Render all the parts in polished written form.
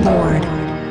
Billboard.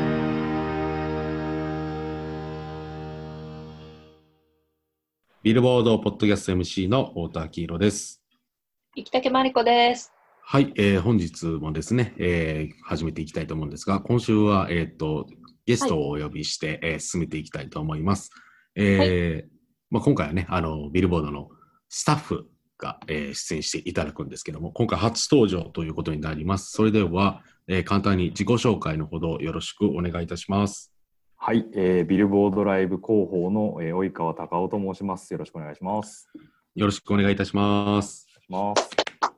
ビルボードポッドキャスト MC の太田明宏です。 生竹まりこです。 はい、本日もですね、始めていきたいと思うんですが、今週は、ゲストをお呼びして、進めていきたいと思います。今回はね、ビルボードのスタッフが、出演していただくんですけども、今回初登場ということになります。それでは、簡単に自己紹介のほどよろしくお願いいたします。 はい、ビルボードライブ広報の、及川隆夫と申します。よろしくお願いします。 よろしくお願いいたします。 お願いします。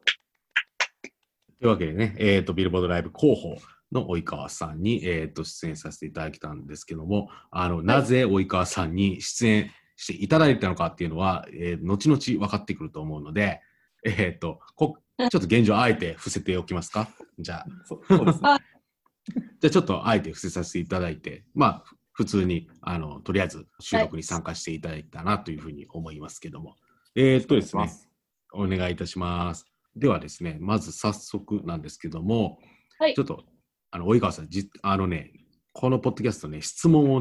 というわけでね、ビルボードライブ広報の及川さんに、出演させていただきたんですけども、なぜ及川さんに出演していただいたのかっていうのは、後々分かってくると思うので、ちょっと現状あえて伏せておきますか。じゃあ。 そうですね。 じゃあちょっとあえて伏せさせていただいて、普通にとりあえず収録に参加していただいたなというふうに思いますけども。ですね、お願いいたします。ではですね、まず早速なんですけども、ちょっと及川さん、このポッドキャストね、質問を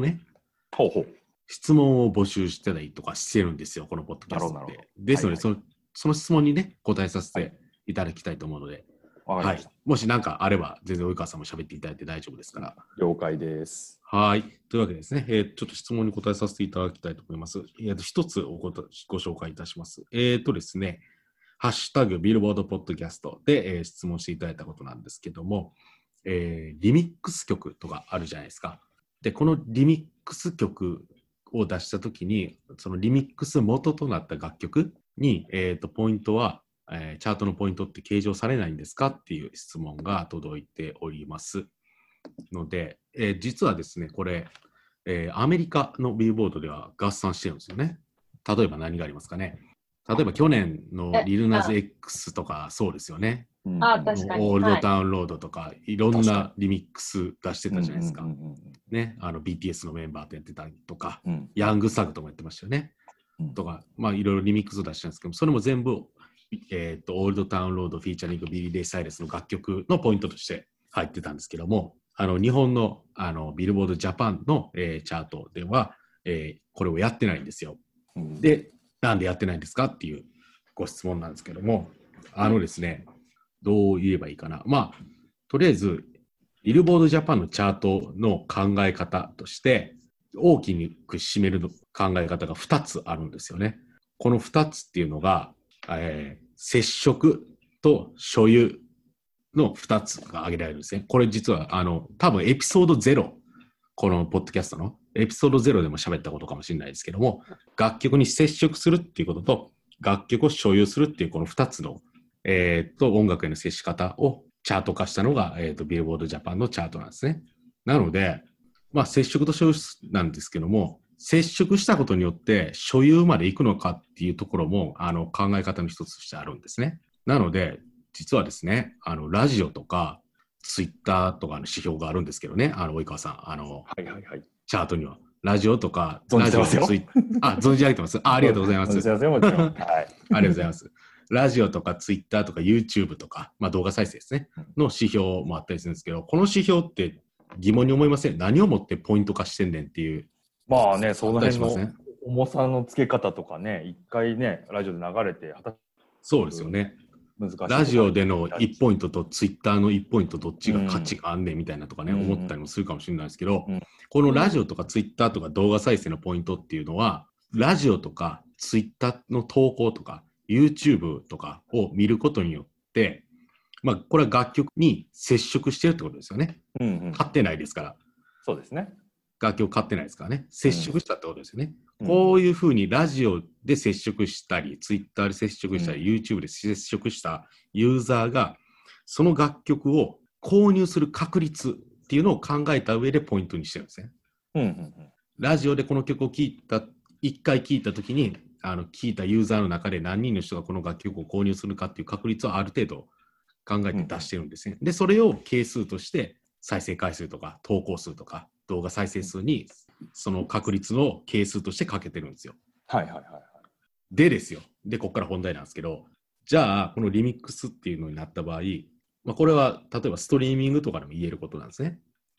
募集してたりとかしてるんですよ、このポッドキャストって。ですので、その質問にね、答えさせていただきたいと思うので、はい、もし何かあれば全然及川さんも喋っていただいて大丈夫ですから。 了解です。 はい。というわけでですね、ちょっと質問に答えさせていただきたいと思います。一つご紹介いたします。ですね、ハッシュタグビルボードポッドキャストで、質問していただいたことなんですけども、リミックス曲とかあるじゃないですか。で、このリミックス曲を出したときに、そのリミックス元となった楽曲に、ポイントは、チャートのポイントって計上されないんですかっていう質問が届いておりますので、実はですね、これ、アメリカのビルボードでは合算してるんですよね。例えば何がありますかね。例えば去年のリルナズ X とかそうですよね。 確かに。 オールドタウンロードとか、いろんなリミックス出してたじゃないですか。ね、BTS のメンバーとやってたりとか、ヤングサグともやってましたよね。とか、いろいろリミックスを出してるんですけど、それも全部、オールドタウンロードフィーチャリングビリー・デイ・サイレスの楽曲のポイントとして入ってたんですけども、日本のビルボードジャパンの、チャートでは、これをやってないんですよ。で、なんでやってないんですかっていうご質問なんですけども、ですね、どう言えばいいかな。とりあえず、ビルボードジャパンのチャートの考え方として、大きく占める考え方が2つあるんですよね。この2つっていうのが、接触と所有の2つが挙げられるんですね。これ実は多分エピソード0、このポッドキャストのエピソード0でも喋ったことかもしれないですけども、楽曲に接触するっていうことと楽曲を所有するっていうこの2つの、音楽への接し方をチャート化したのが、ビルボードジャパンのチャートなんですね。なので、接触と所有なんですけども、接触したことによって所有まで行くのかっていうところも考え方の一つとしてあるんですね。なので実はですね、ラジオとかツイッターとかの指標があるんですけどね、及川さん、チャートにはラジオとか存じてますよ。 存じ上げてます。ありがとうございます。 存じてますよ、もちろん。はい、 ありがとうございます。ラジオとかツイッターとか YouTube とか、動画再生ですね、の指標もあったりするんですけど、この指標って疑問に思いません？何をもってポイント化してんねんっていう。 その辺の重さの付け方とかね、一回ね、ラジオで流れて、 そうですよね。 難しい。 ラジオでの1ポイントとツイッターの1ポイントどっちが価値があんねんみたいなとかね、思ったりもするかもしれないですけど、このラジオとかツイッターとか動画再生のポイントっていうのは、ラジオとかツイッターの投稿とか YouTube とかを見ることによって、これは楽曲に接触してるってことですよね。買ってないですから。 そうですね。 楽曲買ってないですからね。接触したってことですよね。こういうふうにラジオで接触したり、ツイッターで接触したり、YouTube で接触したユーザーが、その楽曲を購入する確率っていうのを考えた上でポイントにしてるんですね。ラジオでこの曲を一回聴いたときに、聴いたユーザーの中で何人の人がこの楽曲を購入するかっていう確率をある程度考えて出してるんですね。で、それを係数として再生回数とか投稿数とか動画再生数にその確率の係数としてかけてるんですよ。でですよ。で、ここから本題なんですけど、じゃあ、このリミックスっていうのになった場合、これは例えばストリーミングとかでも言えることなんですね。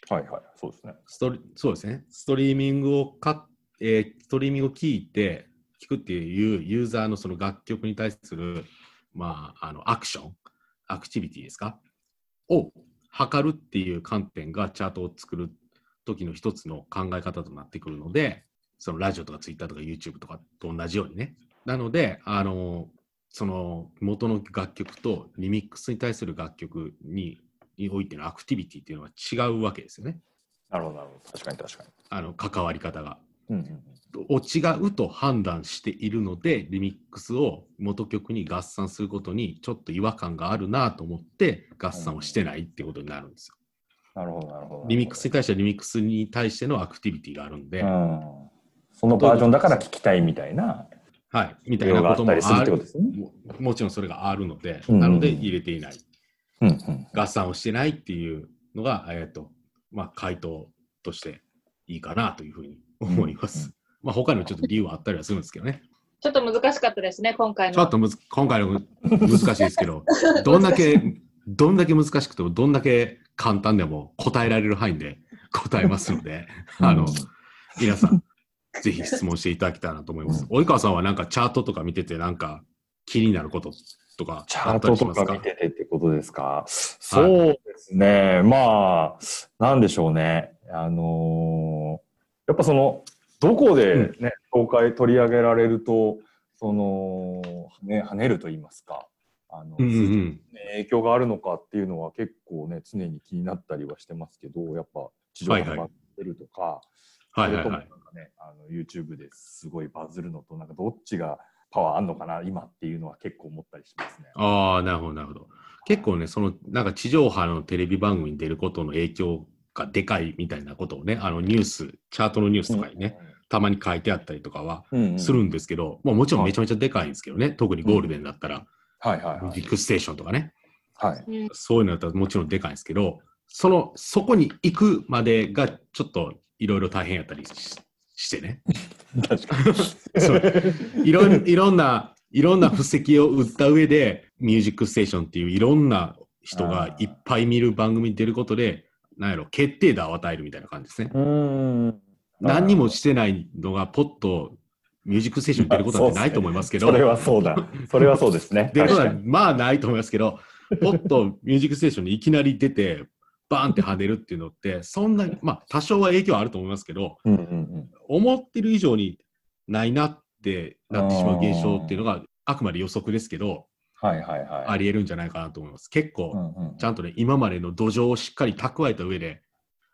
はいはい、そうですね。 そうですね。ストリーミングを聞いて、聞くっていうユーザーのその楽曲に対する、アクション、アクティビティですかを測るっていう観点がチャートを作る時の一つの考え方となってくるので、そのラジオとかツイッターとか YouTube とかと同じようにね。なので、その元の楽曲とリミックスに対する楽曲においてのアクティビティっていうのは違うわけですよね。 なるほど、なるほど。確かに確かに。 関わり方が。 うん違うと判断しているので、リミックスを元曲に合算することにちょっと違和感があるなと思って合算をしてないってことになるんですよ。 なるほど、なるほど。 リミックスに対してはリミックスに対してのアクティビティがあるんで、 そのバージョンだから聞きたいみたいな。 はい、みたいなこともある。 もちろんそれがあるので、なので入れていない。合算をしてないっていうのが、回答としていいかなというふうに思います。他にもちょっと理由はあったりはするんですけどね。 ちょっと難しかったですね、今回の。 ちょっと今回の難しいですけど、どんだけ難しくても、どんだけ簡単でも答えられる範囲で答えますので、皆さん、ぜひ質問していただきたいなと思います。及川さんはなんかチャートとか見てて、なんか気になることとかあったりしますか？ チャートとか見ててってことですか？そうですね。なんでしょうね。やっぱどこでね、取り上げられると、跳ねると言いますか、影響があるのかっていうのは結構ね、常に気になったりはしてますけど、やっぱ地上波がバズるとか、それともなんかね、YouTube ですごいバズるのと、なんかどっちがパワーあんのかな、今っていうのは結構思ったりしますね。 ああ、なるほど、なるほど。結構ね、なんか地上波のテレビ番組に出ることの影響がでかいみたいなことをね、ニュース、チャートのニュースとかにね、たまに書いてあったりとかはするんですけど、もちろんめちゃめちゃでかいんですけどね、特にゴールデンだったら、ミュージックステーションとかね、そういうのだったらもちろんでかいんですけど、そこに行くまでがちょっといろいろ大変やったりしてね。 確かに。 いろんな布石を打った上で、ミュージックステーションっていういろんな人がいっぱい見る番組に出ることで、決定打を与えるみたいな感じですね。何にもしてないのがポッとミュージックステーションに出ることはないと思いますけど。 それはそうだ。それはそうですね。 出ることはないと思いますけど、ポッとミュージックステーションにいきなり出て、バーンって跳ねるっていうのって、そんなに、多少は影響はあると思いますけど、思ってる以上にないなってなってしまう現象っていうのが、あくまで予測ですけど、ありえるんじゃないかなと思います。結構、ちゃんとね、今までの土壌をしっかり蓄えた上で、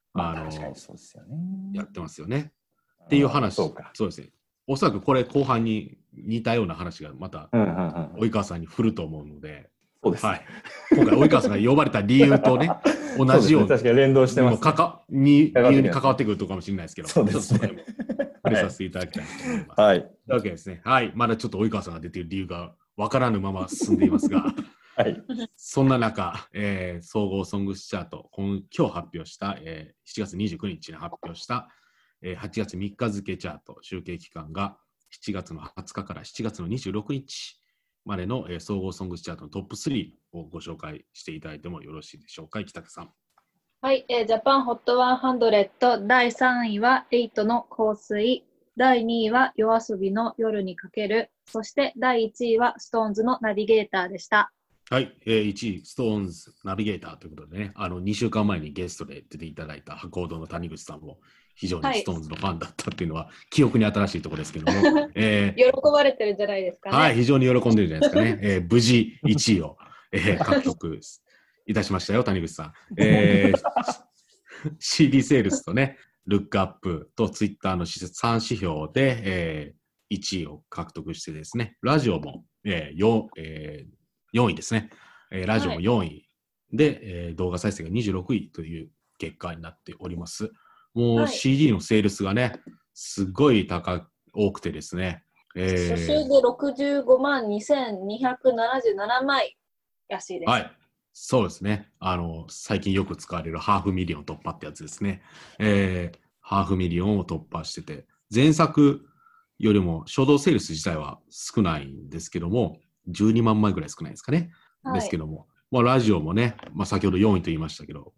やってますよね。っていう話、そうですね。おそらくこれ後半に似たような話がまた、及川さんに振ると思うので、 そうです。 今回、及川さんが呼ばれた理由とね、同じように、 確かに連動してます。 理由に関わってくるとかもしれないですけど、 そうですね。 ちょっとそれも触れさせていただきたいと思います。 はい。 というわけですね。はい。まだちょっと及川さんが出ている理由が分からぬまま進んでいますが、そんな中、総合ソングスチャート、今日発表した、7月29日に発表した、8月3日付チャート、集計期間が7月の20日から7月の26日までの、総合ソングスチャートのトップ3をご紹介していただいてもよろしいでしょうか。北さん。 はい、ジャパンホット100第3位は8の香水、第2位はYOASOBIの夜にかける、そして第1位は SixTONES のナビゲーターでした。 はい、1位、SixTONES ナビゲーターということでね、2週間前にゲストで出ていただいた博報堂の谷口さんも非常に SixTONES のファンだったっていうのは、記憶に新しいところですけども、 喜ばれてるんじゃないですかね。 はい、非常に喜んでるんじゃないですかね。無事1位を、獲得いたしましたよ、谷口さん。CD セールスとね、ルックアップとツイッターの3指標で、1位を獲得してですね、ラジオも、4位ですね。ラジオも4位で、動画再生が26位という結果になっております。もう CD のセールスがね、すごい多くてですね。 初週で65万2277枚らしいです。 はい。そうですね。最近よく使われるハーフミリオン突破ってやつですね。ハーフミリオンを突破してて、前作よりも初動セールス自体は少ないんですけども、12万枚ぐらい少ないですかね。ですけども、ラジオもね、先ほど4位と言いましたけど、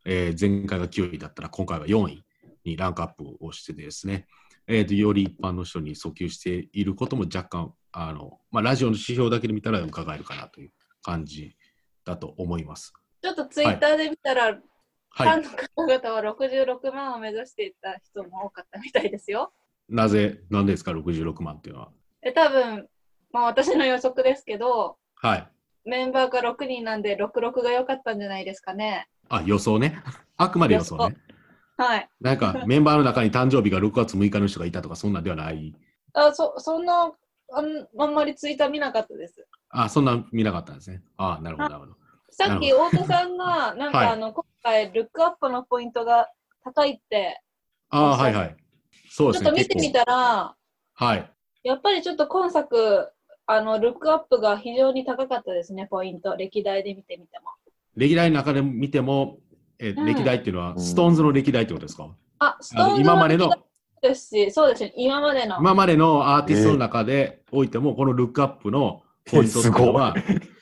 前回が9位だったら今回は4位にランクアップをしてですね、より一般の人に訴求していることも若干、ラジオの指標だけで見たら伺えるかなという感じだと思います。 ちょっとツイッターで見たら、ファンの方々は66万を目指していた人も多かったみたいですよ。 なんでですか、66万っていうのは。 多分、私の予測ですけど、メンバーが6人なんで66が良かったんじゃないですかね。 予想ね。あくまで予想ね。 はい。 なんかメンバーの中に誕生日が6月6日の人がいたとかそんなんではない。 そんなあんまりツイッター見なかったです。 そんな見なかったんですね。なるほどなるほど。 さっき太田さんがなんか今回ルックアップのポイントが高いって。 はいはい。そうですね。 ちょっと見てみたら、やっぱりちょっと今作ルックアップが非常に高かったですね、ポイント。歴代で見てみても。 歴代の中で見ても、歴代っていうのは、ストーンズの歴代ってことですか？ ストーンズ今までのですし、そうですね、今までのアーティストの中でおいても、このルックアップのポイントっていうのは、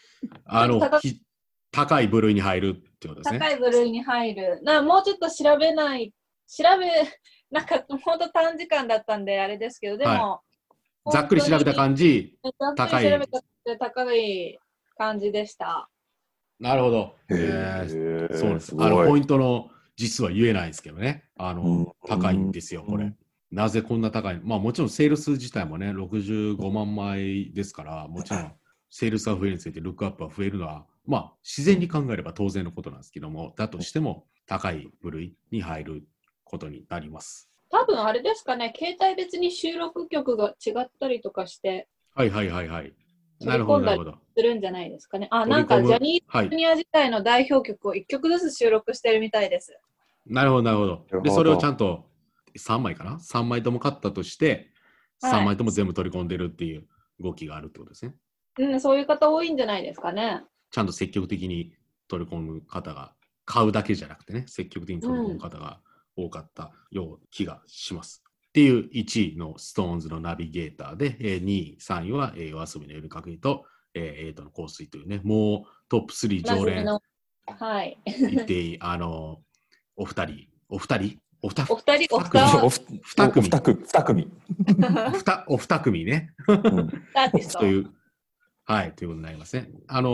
高い部類に入るってことですね。 高い部類に入る。もうちょっとなんか本当短時間だったんであれですけど、でも、 ざっくり調べた感じ、 高い感じでした。 なるほど。そうです。ポイントの実は言えないですけどね。高いんですよ、これ。なぜこんな高い？もちろんセールス自体もね、65万枚ですから、もちろんセールスは増えるにつれてルックアップは増えるのは、自然に考えれば当然のことなんですけども、だとしても高い部類に入ることになります。 多分あれですかね、携帯別に収録曲が違ったりとかして、 なるほど、なるほど。 するんじゃないですかね。なんかジャニーズジュニア自体の代表曲を1曲ずつ収録してるみたいです。 なるほど、なるほど。で、それをちゃんと3枚かな ?3 枚とも買ったとして、3枚とも全部取り込んでるっていう動きがあるってことですね。 そういう方多いんじゃないですかね。 ちゃんと積極的に取り込む方が、買うだけじゃなくてね、積極的に取り込む方が多かったような気がします。っていう1位のストーンズのナビゲーターで、2位、3位は夜遊びの夜かけと、エイトの香水というね、もうトップ3常連言っていい、お二組お二組ね。ということになりますね。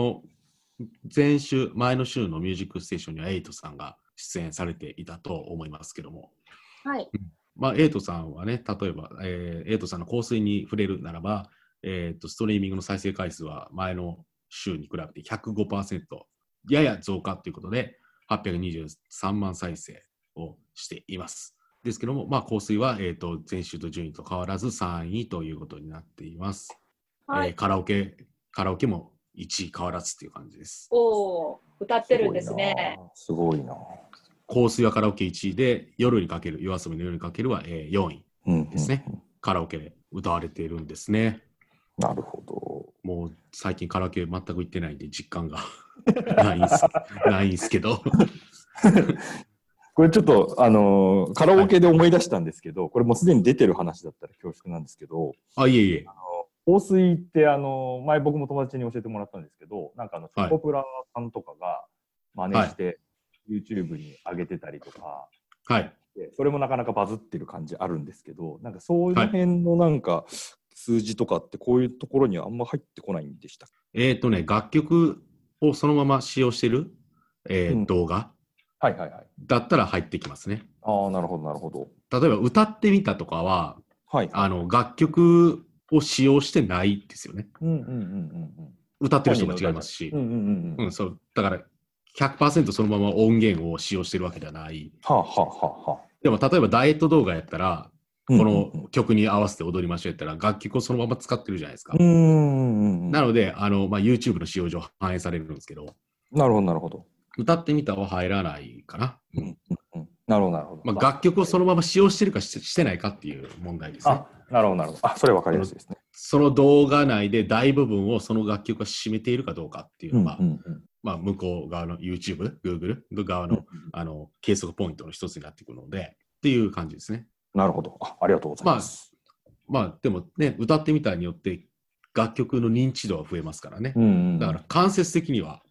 前の週のミュージックステーションにはエイトさんが出演されていたと思いますけども。エイトさんはね、例えば、エイトさんの香水に触れるならば、ストリーミングの再生回数は前の週に比べて 105% やや増加ということで、823万再生をしています。ですけども、香水は、前週と順位と変わらず3位ということになっています。カラオケも1位変わらずという感じです。 歌ってるんですね。 すごいな。 香水はカラオケ1位で、夜遊びの夜にかけるは4位ですね。カラオケで歌われているんですね。 なるほど。 もう最近カラオケ全く行ってないんで実感がないんすけど。 これちょっと、カラオケで思い出したんですけど、これもうすでに出てる話だったら恐縮なんですけど、 いえいえ。 香水って前僕も友達に教えてもらったんですけど、なんかチョコプラさんとかが真似して、YouTube に上げてたりとか、それもなかなかバズってる感じあるんですけど、なんかそういう辺のなんか数字とかってこういうところにはあんま入ってこないんでしたっけ？ 楽曲をそのまま使用してる、動画だったら入ってきますね。 なるほどなるほど。 例えば歌ってみたとかは、楽曲を使用してないですよね。歌ってる人も違いますし、だから100% そのまま音源を使用してるわけではない。でも例えばダイエット動画やったら、この曲に合わせて踊りましょうやったら楽曲をそのまま使ってるじゃないですか。なのでYouTube の使用上反映されるんですけど。 なるほどなるほど。 歌ってみたは入らないかな。 なるほどなるほど。 楽曲をそのまま使用してるかしてないかっていう問題ですね。 なるほどなるほど。それ分かりやすいですね。 その動画内で大部分をその楽曲が占めているかどうかっていうのが、向こう側の YouTube、Google 側の、計測ポイントの一つになってくるので、っていう感じですね。 なるほど。ありがとうございます。 でもね、歌ってみたによって楽曲の認知度は増えますからね。だから間接的には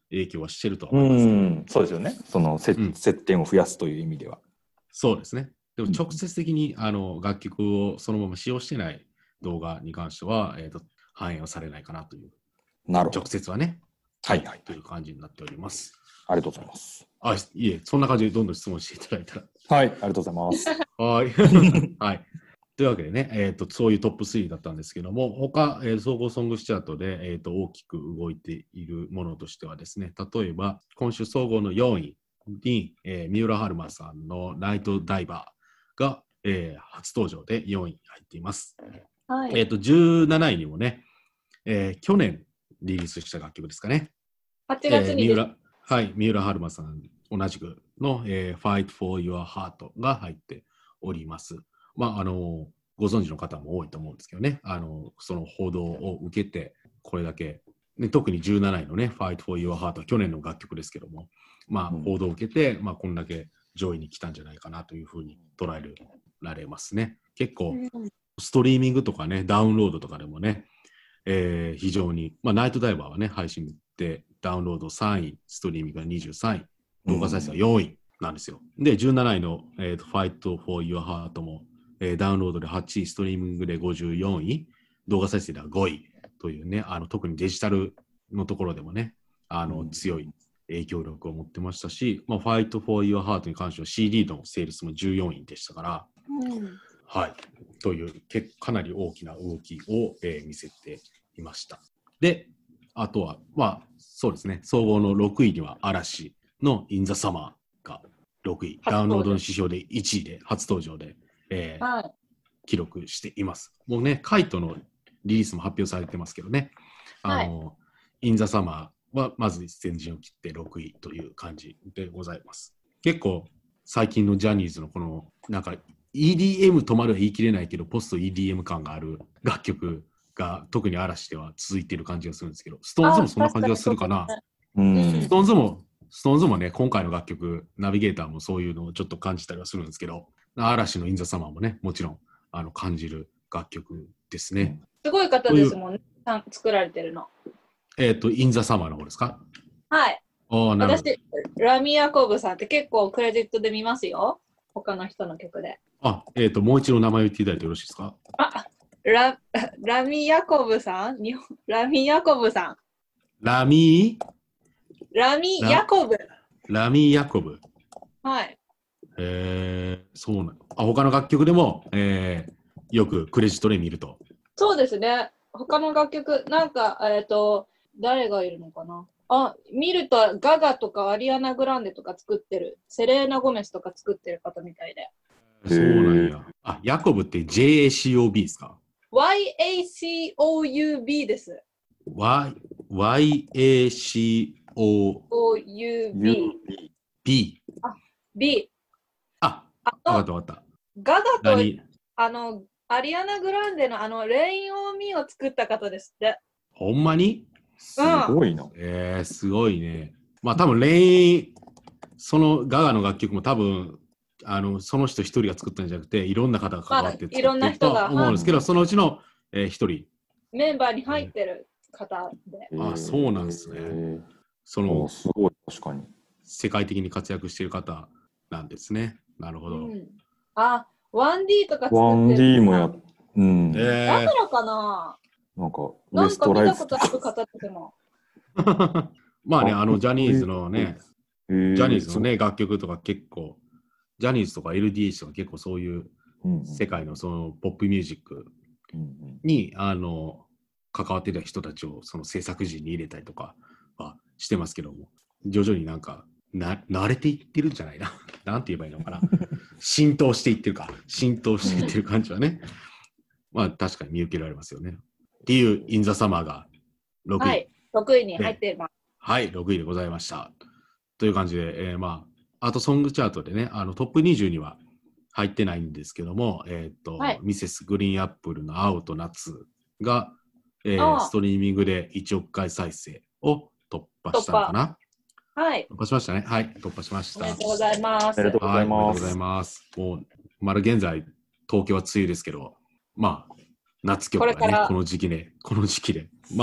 影響はしてると思います。 そうですよね。その接点を増やすという意味では。 そうですね。でも直接的に楽曲をそのまま使用してない動画に関しては、反映はされないかなという。 なるほど。 直接はね。 はいはい。 という感じになっております。 ありがとうございます。 いえ、そんな感じでどんどん質問していただいたら。 はい、ありがとうございます。 はい。はい。というわけでね、そういうトップ3だったんですけども、他、総合ソングチャートで、大きく動いているものとしてはですね、例えば、今週総合の4位に、三浦春馬さんのナイトダイバーが、初登場で4位に入っています。 はい。 17位にもね、去年リリースした楽曲ですかね。 8月に三浦春馬さん同じくの、Fight for Your Heart が入っております。まあ、ご存知の方も多いと思うんですけどね、その報道を受けて、これだけ、ね、特に17位のね、Fight for Your Heart は去年の楽曲ですけども、まあ、報道を受けて、まあ、こんだけ上位に来たんじゃないかなというふうに捉えられますね。結構、ストリーミングとかね、ダウンロードとかでもね、非常に、まあ、ナイトダイバーはね、配信でダウンロード3位、ストリーミングが23位、動画再生は4位なんですよ。で、17位の、Fight for Your Heart も、ダウンロードで8位、ストリーミングで54位、動画再生では5位というね、特にデジタルのところでもね、強い影響力を持ってましたし、まあ、Fight for Your Heart に関しては CD のセールスも14位でしたから、はい、というかなり大きな動きを、見せていました。で、あとは、まあ、そうですね、総合の6位には嵐の In the Summer が6位、ダウンロードの指標で1位で、初登場で、記録しています。もうね、カイトのリリースも発表されてますけどね、In the Summer はまず先陣を切って6位という感じでございます。結構、最近のジャニーズのこの、なんか、EDM とまでは言い切れないけど、ポスト EDM 感がある楽曲が特に嵐では続いている感じがするんですけど、ストーンズもそんな感じがするかな。ストーンズもね、今回の楽曲、ナビゲーターもそういうのをちょっと感じたりはするんですけど、嵐のインザサマーもね、もちろん感じる楽曲ですね。 すごい方ですもんね、作られてるの。 インザサマーの方ですか？ はい。私、ラミヤコブさんって結構クレジットで見ますよ。他の人の曲で。 もう一度名前を言っていただいてよろしいですか？ ラミヤコブさんラミヤコブさん。 ラミヤコブ。 ラミヤコブ。 はい。 そうなの。他の楽曲でも、よくクレジットで見ると。 そうですね。他の楽曲、なんか、誰がいるのかな。見るとガガとかアリアナ・グランデとか作ってる、セレーナ・ゴメスとか作ってる方みたいで。 そうなんや。ヤコブって JACOB ですか？ YACOUB です。 YACOUB。B。 B。 わかったわかった。 ガガとアリアナ・グランデのレイン・オー・ミーを作った方ですって。 ほんまに？ すごいな。 すごいね。まあ多分そのガガの楽曲も多分その人一人が作ったんじゃなくていろんな方が関わって作ってると思うんですけど、そのうちの一人メンバーに入ってる方で。 そうなんですね。 すごい、確かに。 世界的に活躍している方なんですね。なるほど。 1D とか作ってる。 1D もだからかな。 なんか見たことある方っても。 まあね、ジャニーズのね、楽曲とか結構、ジャニーズとか LDH とか結構そういう世界のそのポップミュージックに関わってた人たちをその制作時に入れたりとかはしてますけども、徐々になんか慣れていってるんじゃないな。なんて言えばいいのかな。浸透していってる感じはね。まあ確かに見受けられますよね。っていうインザサマーが6位。 はい、6位に入っています。 はい、6位でございました。という感じで、あとソングチャートでね、トップ20には入ってないんですけども、ミセスグリーンアップルの青と夏が、ストリーミングで1億回再生を突破したのかな。 はい。 突破しましたね。はい、突破しました。 おめでとうございます。 おめでとうございます。 おめでとうございます。もう、まだ現在、東京は梅雨ですけど、まあ、夏曲がね、この時期で、まあ、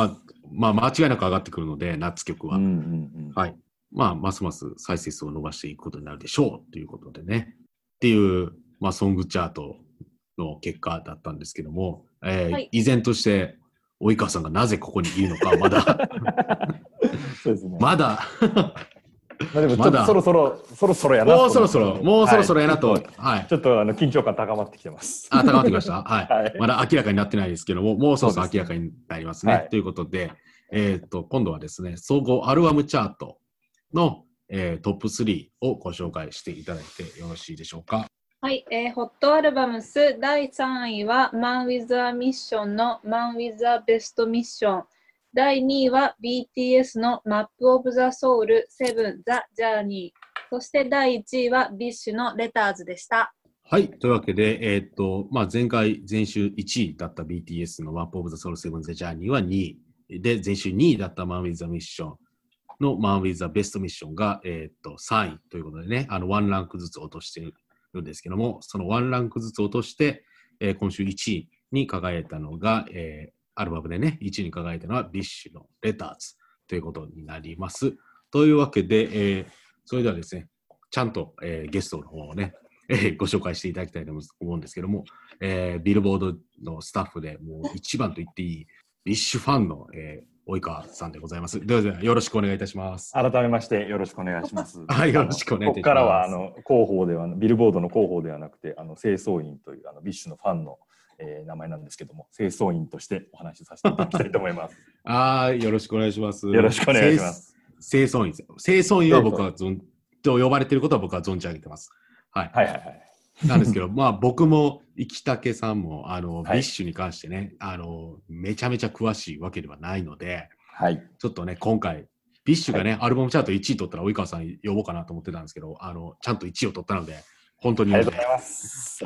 まあ、間違いなく上がってくるので、夏曲は。はい。まあ、ますます再生数を伸ばしていくことになるでしょうということでね。っていう、まあ、ソングチャートの結果だったんですけども、はい、依然として、及川さんがなぜここにいるのか、まだそうですね。 まだまあでもちょっとそろそろやなもうそろそろやなと、 はい。ちょっと緊張感高まってきてます。 高まってきました。はい。はい、まだ明らかになってないですけども、もうそろそろ明らかになりますね。はい、ということで、今度はですね、総合アルバムチャートの、トップ3をご紹介していただいてよろしいでしょうか。 はい、ホットアルバムス第3位は Man with a Mission の Man with a Best Mission。第2位は BTS の Map of the Soul 7 The Journey。そして第1位は BiSH の Letters でした。 はい。というわけで、まあ、前週1位だった BTS の Map of the Soul 7 The Journey は2位。で、前週2位だった Man with a Mission の Man with a Best Mission が、3位ということでね、1ランクずつ落としているんですけども、その1ランクずつ落として、今週1位に輝いたのが、アルバムでね、1位に輝いたのは BiSH の Letters ということになります。というわけで、それではですね、ちゃんと、ゲストの方をね、ご紹介していただきたいと思うんですけども、ビルボードのスタッフでもう一番と言っていい BiSH ファンの、及川さんでございます。ではよろしくお願いいたします。 改めましてよろしくお願いします。 はい、よろしくお願いいたします。 ここからは広報ではビルボードの広報ではなくて清掃員というBiSHのファンの名前なんですけども、清掃員としてお話しさせていただきたいと思います。 よろしくお願いします。 よろしくお願いします。 清掃員です。清掃員は僕はと呼ばれていることは僕は存じ上げてます。はい。はいはいはい。なんですけど、まあ僕も生竹さんもBiSHに関してね、めちゃめちゃ詳しいわけではないので、はい、ちょっとね、今回、BiSHがね、はい、アルバムチャート1位取ったら及川さん呼ぼうかなと思ってたんですけど、ちゃんと1位を取ったので、本当に、 ありがとうございます。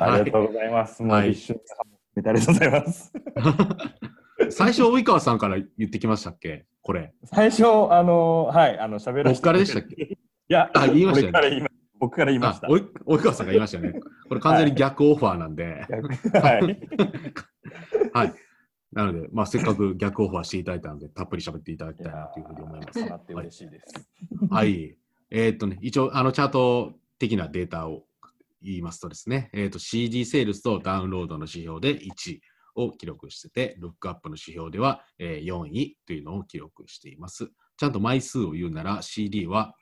ありがとうございます。もうBiSHありがとうございます。 最初、及川さんから言ってきましたっけこれ。 最初、はい、喋らせて。 僕からでしたっけいや、言いましたよね。僕から言いました。 及川さんが言いましたよね。これ完全に逆オファーなんで。はい。はい。なので、まあ、せっかく逆オファーしていただいたので、たっぷり喋っていただきたいなというふうに思います。 なって嬉しいです。 はい。一応、チャート的なデータを言いますとですね、CD セールスとダウンロードの指標で1位を記録してて、ルックアップの指標では4位というのを記録しています。ちゃんと枚数を言うなら CD は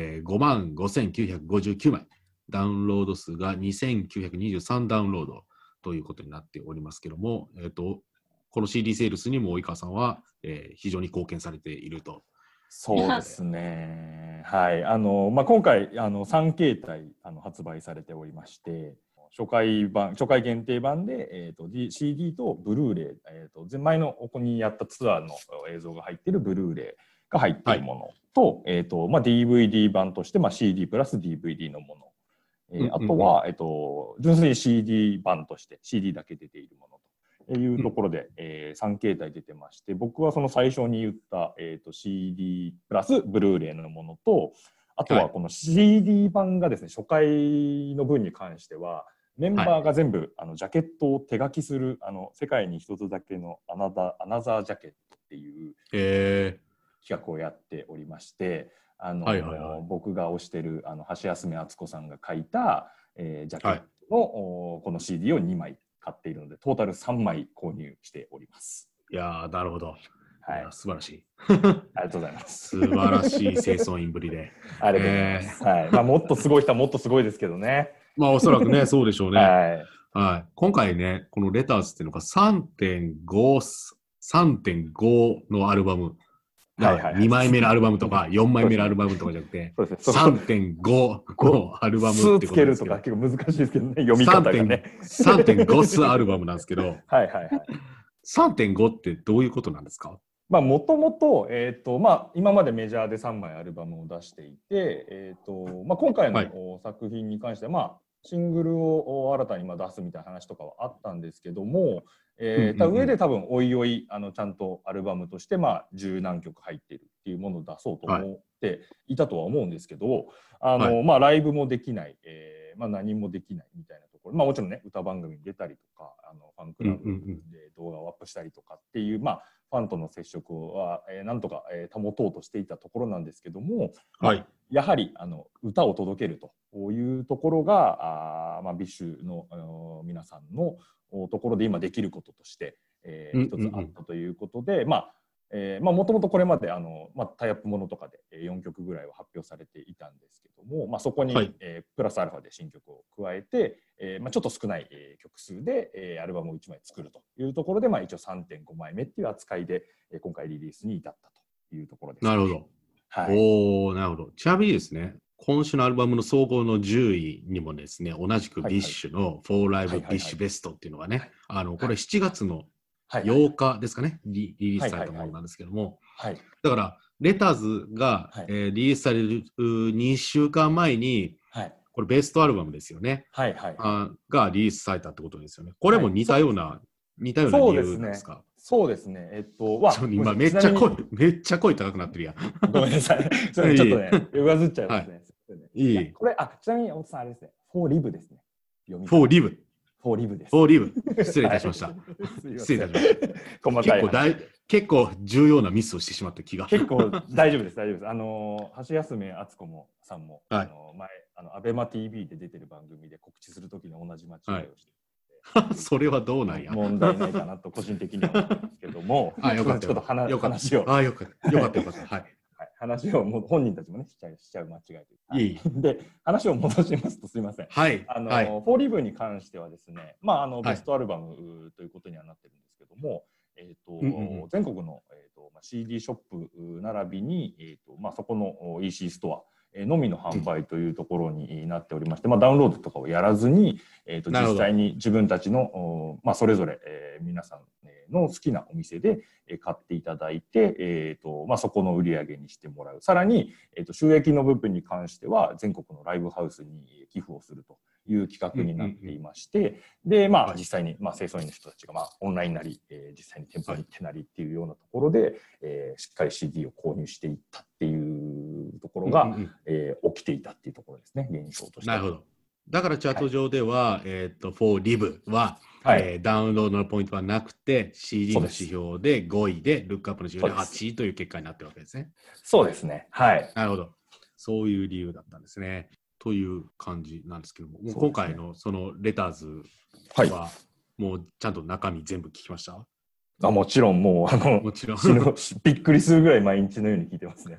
55,959 枚。ダウンロード数が2,923ダウンロードということになっておりますけども、この CD セールスにも及川さんは、非常に貢献されていると。 そうですね。はい。今回、3形態発売されておりまして、初回限定版で、CD とブルーレイ、前のここにやったツアーの映像が入っているブルーレイが入っているものと、DVD 版として、CD プラス DVD のもの。あとは、純粋に CD 版として CD だけ出ているものというところで、3形態出てまして、僕はその最初に言った、CD プラスブルーレイのものと、あとはこの CD 版がですね、初回の分に関してはメンバーが全部、ジャケットを手書きする世界に一つだけのアナザージャケットっていう企画をやっておりまして、僕が推してる橋休め敦子さんが書いた、ジャケットの、この CD を2枚買っているので、トータル3枚購入しております。 いやー、なるほど。はい、素晴らしい。 ありがとうございます。 素晴らしい清掃員ぶりで。 ありがとうございます。はい。もっとすごい人はもっとすごいですけどね。 おそらくね、そうでしょうね。はい。今回ね、このレターズっていうのが 3.5 のアルバム。2枚目のアルバムとか4枚目のアルバムとかじゃなくて、3.5 のアルバムってことですけど。 結構難しいですけどね、読み方がね。 3.5 スアルバムなんですけど、3.5 ってどういうことなんですか？ もともと、今までメジャーで3枚アルバムを出していて、今回の作品に関しては、シングルを新たに出すみたいな話とかはあったんですけども、上で多分おいおいちゃんとアルバムとして十何曲入っているっていうものを出そうと思っていたとは思うんですけど、ライブもできない、何もできないみたいなところ、もちろんね歌番組に出たりとかファンクラブで動画をアップしたりとかっていう、 ファンとの接触は、なんとか、保とうとしていたところなんですけども、 はい、 やはり歌を届けるというところがビッシュの皆さんのところで今できることとして、一つあったということで、もともとこれまでタイアップものとかで4曲ぐらいは発表されていたんですけども、そこに、 はい、 プラスアルファで新曲を加えて、ちょっと少ない、曲数で、アルバムを1枚作るというところで、一応 3.5 枚目っていう扱いで、今回リリースに至ったというところです、ね。 なるほど。 はい、 なるほど。ちなみにですね、今週のアルバムの総合の10位にもですね、同じくビッシュの For Live Bish Best っていうのがね、これ7月の8日ですかね、リリースされたものなんですけども、だから、レターズが、リリースされる2週間前に、これベストアルバムですよね、がリリースされたってことですよね。これも似たような理由なんですか？ そうですね。 今めっちゃ声高くなってるやん。 ごめんなさい。ちょっとね、上ずっちゃいますね。 いい。 これ、ちなみに、大津さん、あれですね。フォーリブですね。 フォーリブ。 フォーリブです。 フォーリブ。失礼いたしました。失礼いたしました。結構重要なミスをしてしまった気が。 結構大丈夫です、大丈夫です。橋休め敦子さんも、前、アベマ TV で出てる番組で告知するときに同じ間違いをして。 それはどうなんや。 問題ないかなと個人的には思うんですけども、 よかった。 ちょっと話を。 よかった。はい。 話を本人たちもねしちゃう間違いというか。で、話を戻しますとすいません。フォーリブに関してはですね、ベストアルバムということにはなってるんですけども、全国のCD ショップ並びにそこの EC ストアのみの販売というところになっておりまして、ダウンロードとかをやらずに、実際に自分たちの、それぞれ、皆さんの好きなお店で買っていただいて、そこの売り上げにしてもらう。さらに、収益の部分に関しては全国のライブハウスに寄付をするという企画になっていまして、で、実際に、清掃員の人たちが、オンラインなり、実際に店舗に行ってなりっていうようなところで、しっかり CD を購入していったっていうところが、起きていたっていうところですね、現象として。 なるほど。だからチャート上では、For Live は、ダウンロードのポイントはなくて、CD の指標で5位で、ルックアップの指標で8位という結果になってるわけですね。 そうですね。はい。 なるほど。そういう理由だったんですね。という感じなんですけども、今回のそのレターズは、もうちゃんと中身全部聞きました？ もちろん、もう、びっくりするぐらい毎日のように聞いてますね。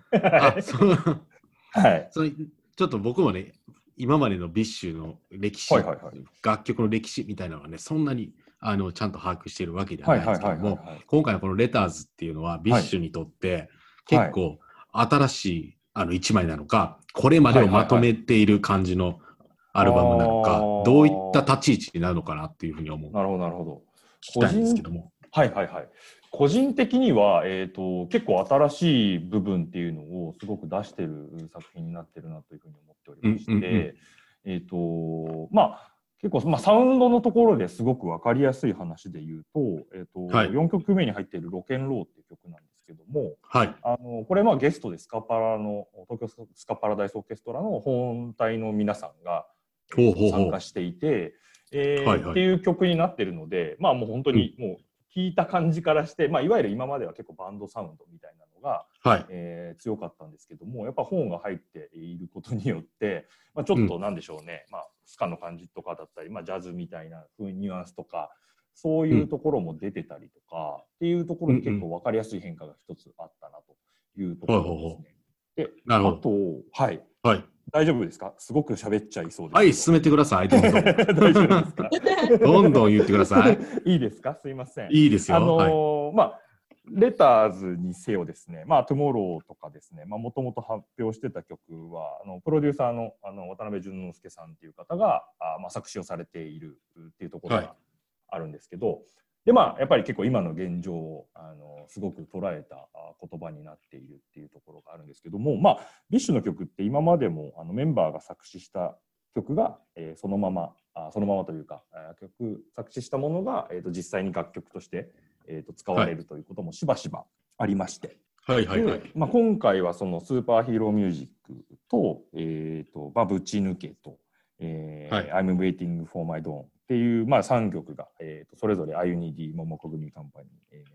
ちょっと僕もね、今までのビッシュの歴史、楽曲の歴史みたいなのはね、そんなにちゃんと把握しているわけではないんですけども、今回のこのレターズっていうのは、ビッシュにとって結構新しい一枚なのか、これまでをまとめている感じのアルバムなのか、どういった立ち位置になるのかなっていうふうに思う。 なるほど、なるほど。 聞きたいんですけども。 個人的には、結構新しい部分っていうのをすごく出してる作品になってるなというふうに思っておりまして、結構、サウンドのところですごく分かりやすい話で言うと、4曲目に入っているロケンローっていう曲なんですけども、これゲストで東京スカパラダイスオーケストラの本体の皆さんが参加していて、っていう曲になってるので、もう本当にもう聞いた感じからして、いわゆる今までは結構バンドサウンドみたいなのが、強かったんですけども、やっぱ本が入っていることによって、ちょっとなんでしょうね、スカの感じとかだったり、ジャズみたいなニュアンスとか、そういうところも出てたりとか、っていうところで結構分かりやすい変化が一つあったなというところですね。で、あと、大丈夫ですか？すごく喋っちゃいそうです。 はい、進めてください。どんどん。 大丈夫ですか？ どんどん言ってください。 いいですか？すいません。 いいですよ。 レターズにせよですね、トゥモローとかですね、もともと発表してた曲は、プロデューサーの渡辺淳之介さんっていう方が作詞をされているっていうところがあるんですけど、でやっぱり結構今の現状をすごく捉えた言葉になっているっていうところがあるんですけども、ビッシュの曲って今までもメンバーが作詞した曲がそのままというか作詞したものが実際に楽曲として使われるということもしばしばありまして、今回はそのスーパーヒーローミュージックとぶち抜けとI'm Waiting for My Dawnっていう3曲がそれぞれアユニディモモコグミカンパニー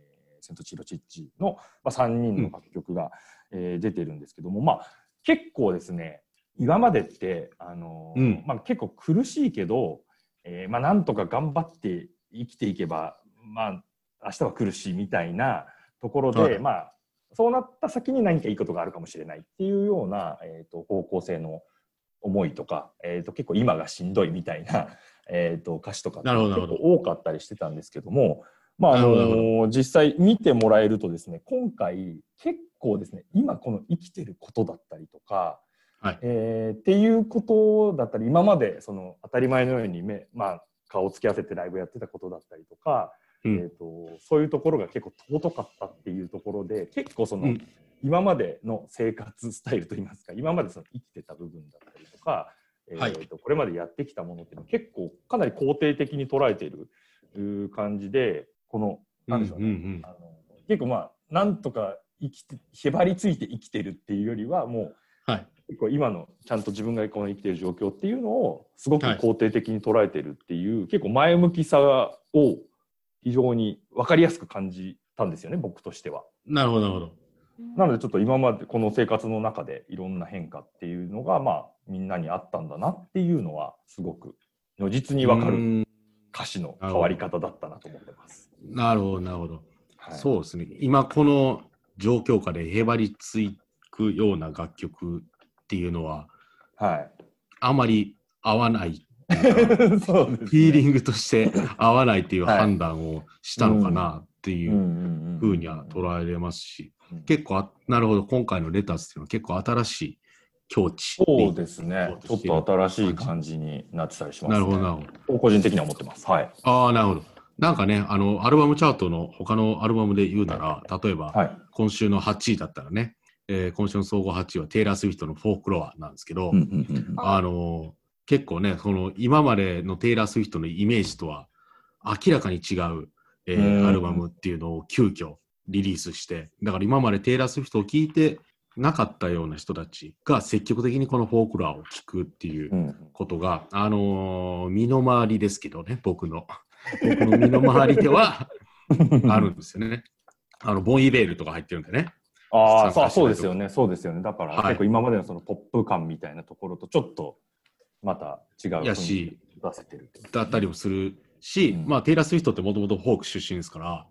セントチロチッチの、3人の楽曲が、出てるんですけども、結構ですね、今までって結構苦しいけど、なんとか頑張って生きていけば、明日は来るしみたいなところで、そうなった先に何かいいことがあるかもしれないっていうような、方向性の思いとか、結構今がしんどいみたいな、歌詞とかって結構多かったりしてたんですけども、実際見てもらえるとですね、今回結構ですね、今この生きてることだったりとか、っていうことだったり、今までその当たり前のように顔を突き合わせてライブやってたことだったりとか、そういうところが結構尊かったっていうところで、結構その、今までの生活スタイルといいますか、今までその生きてた部分だったりとか、これまでやってきたものっていうのは結構かなり肯定的に捉えている感じで、このなんでしょうね、結構なんとかへばりついて生きてるっていうよりはもう、結構今のちゃんと自分がこの生きてる状況っていうのをすごく肯定的に捉えてるっていう、結構前向きさを非常に分かりやすく感じたんですよね、僕としては。 なるほどなるほど。 なのでちょっと今までこの生活の中でいろんな変化っていうのがみんなにあったんだなっていうのはすごく如実に分かる歌詞の変わり方だったなと思ってます。 なるほどなるほど、そうですね。今この状況下でへばりつくような楽曲っていうのは、あまり合わないそうですね、フィーリングとして合わないっていう判断をしたのかなっていうふうには捉えれますし、結構なるほど、今回のレターズっていうのは結構新しい境地。 そうですね、ちょっと新しい感じになってたりしますね。 なるほどなるほど。 個人的には思ってます。なるほど。なんかね、アルバムチャートの他のアルバムで言うなら、例えば、今週の8位だったらね、今週の総合8位はテイラー・スウィフトのフォークロアなんですけど、結構ね、その今までのテイラー・スウィフトのイメージとは明らかに違う、アルバムっていうのを急遽リリースして、だから今までテイラー・スウィフトを聴いてなかったような人たちが積極的にこのフォークロアを聴くっていうことが、身の回りですけどね、僕の身の回りではあるんですよね。ボン・イベールとか入ってるんでね。 そうですよね、そうですよね。だから結構今までのそのポップ感みたいなところとちょっとまた違う雰囲気出せてるだったりもするし、テイラー・スウィフトってもともとフォーク出身ですから、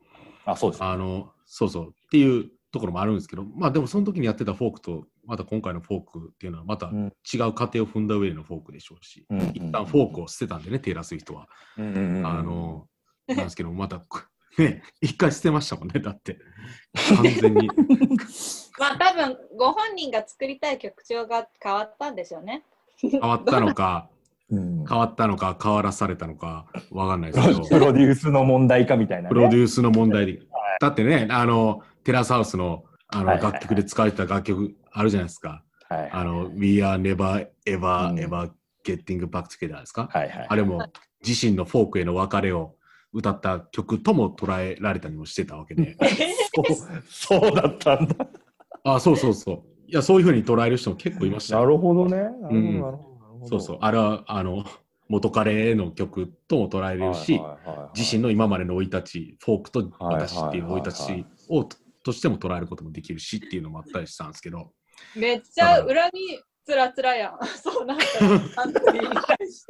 そうですね。 そうっていうところもあるんですけど、でもその時にやってたフォークとまた今回のフォークっていうのはまた違う過程を踏んだ上でのフォークでしょうし、一旦フォークを捨てたんでね、テイラー・スウィフトは。なんですけど、またね、一回捨てましたもんね、だって完全に多分ご本人が作りたい曲調が変わったんでしょうね。 変わったのか変わらされたのかわかんないですけど、 プロデュースの問題かみたいな、ね、 プロデュースの問題で、だってね、テラスハウスの楽曲で使われてた楽曲あるじゃないですか。We are never ever getting back together ですか。あれも自身のフォークへの別れを歌った曲とも捉えられたりもしてたわけでそうだったんだ。 そういや、そういうふうに捉える人も結構いました。 なるほどね。 あれは元彼の曲とも捉えれるし、自身の今までの生い立ち、フォークと私っていう生い立ちをとしても捉えることもできるしっていうのもあったりしたんですけど。 めっちゃ恨みつらつらやん。そうなんだ。アントニーに対して。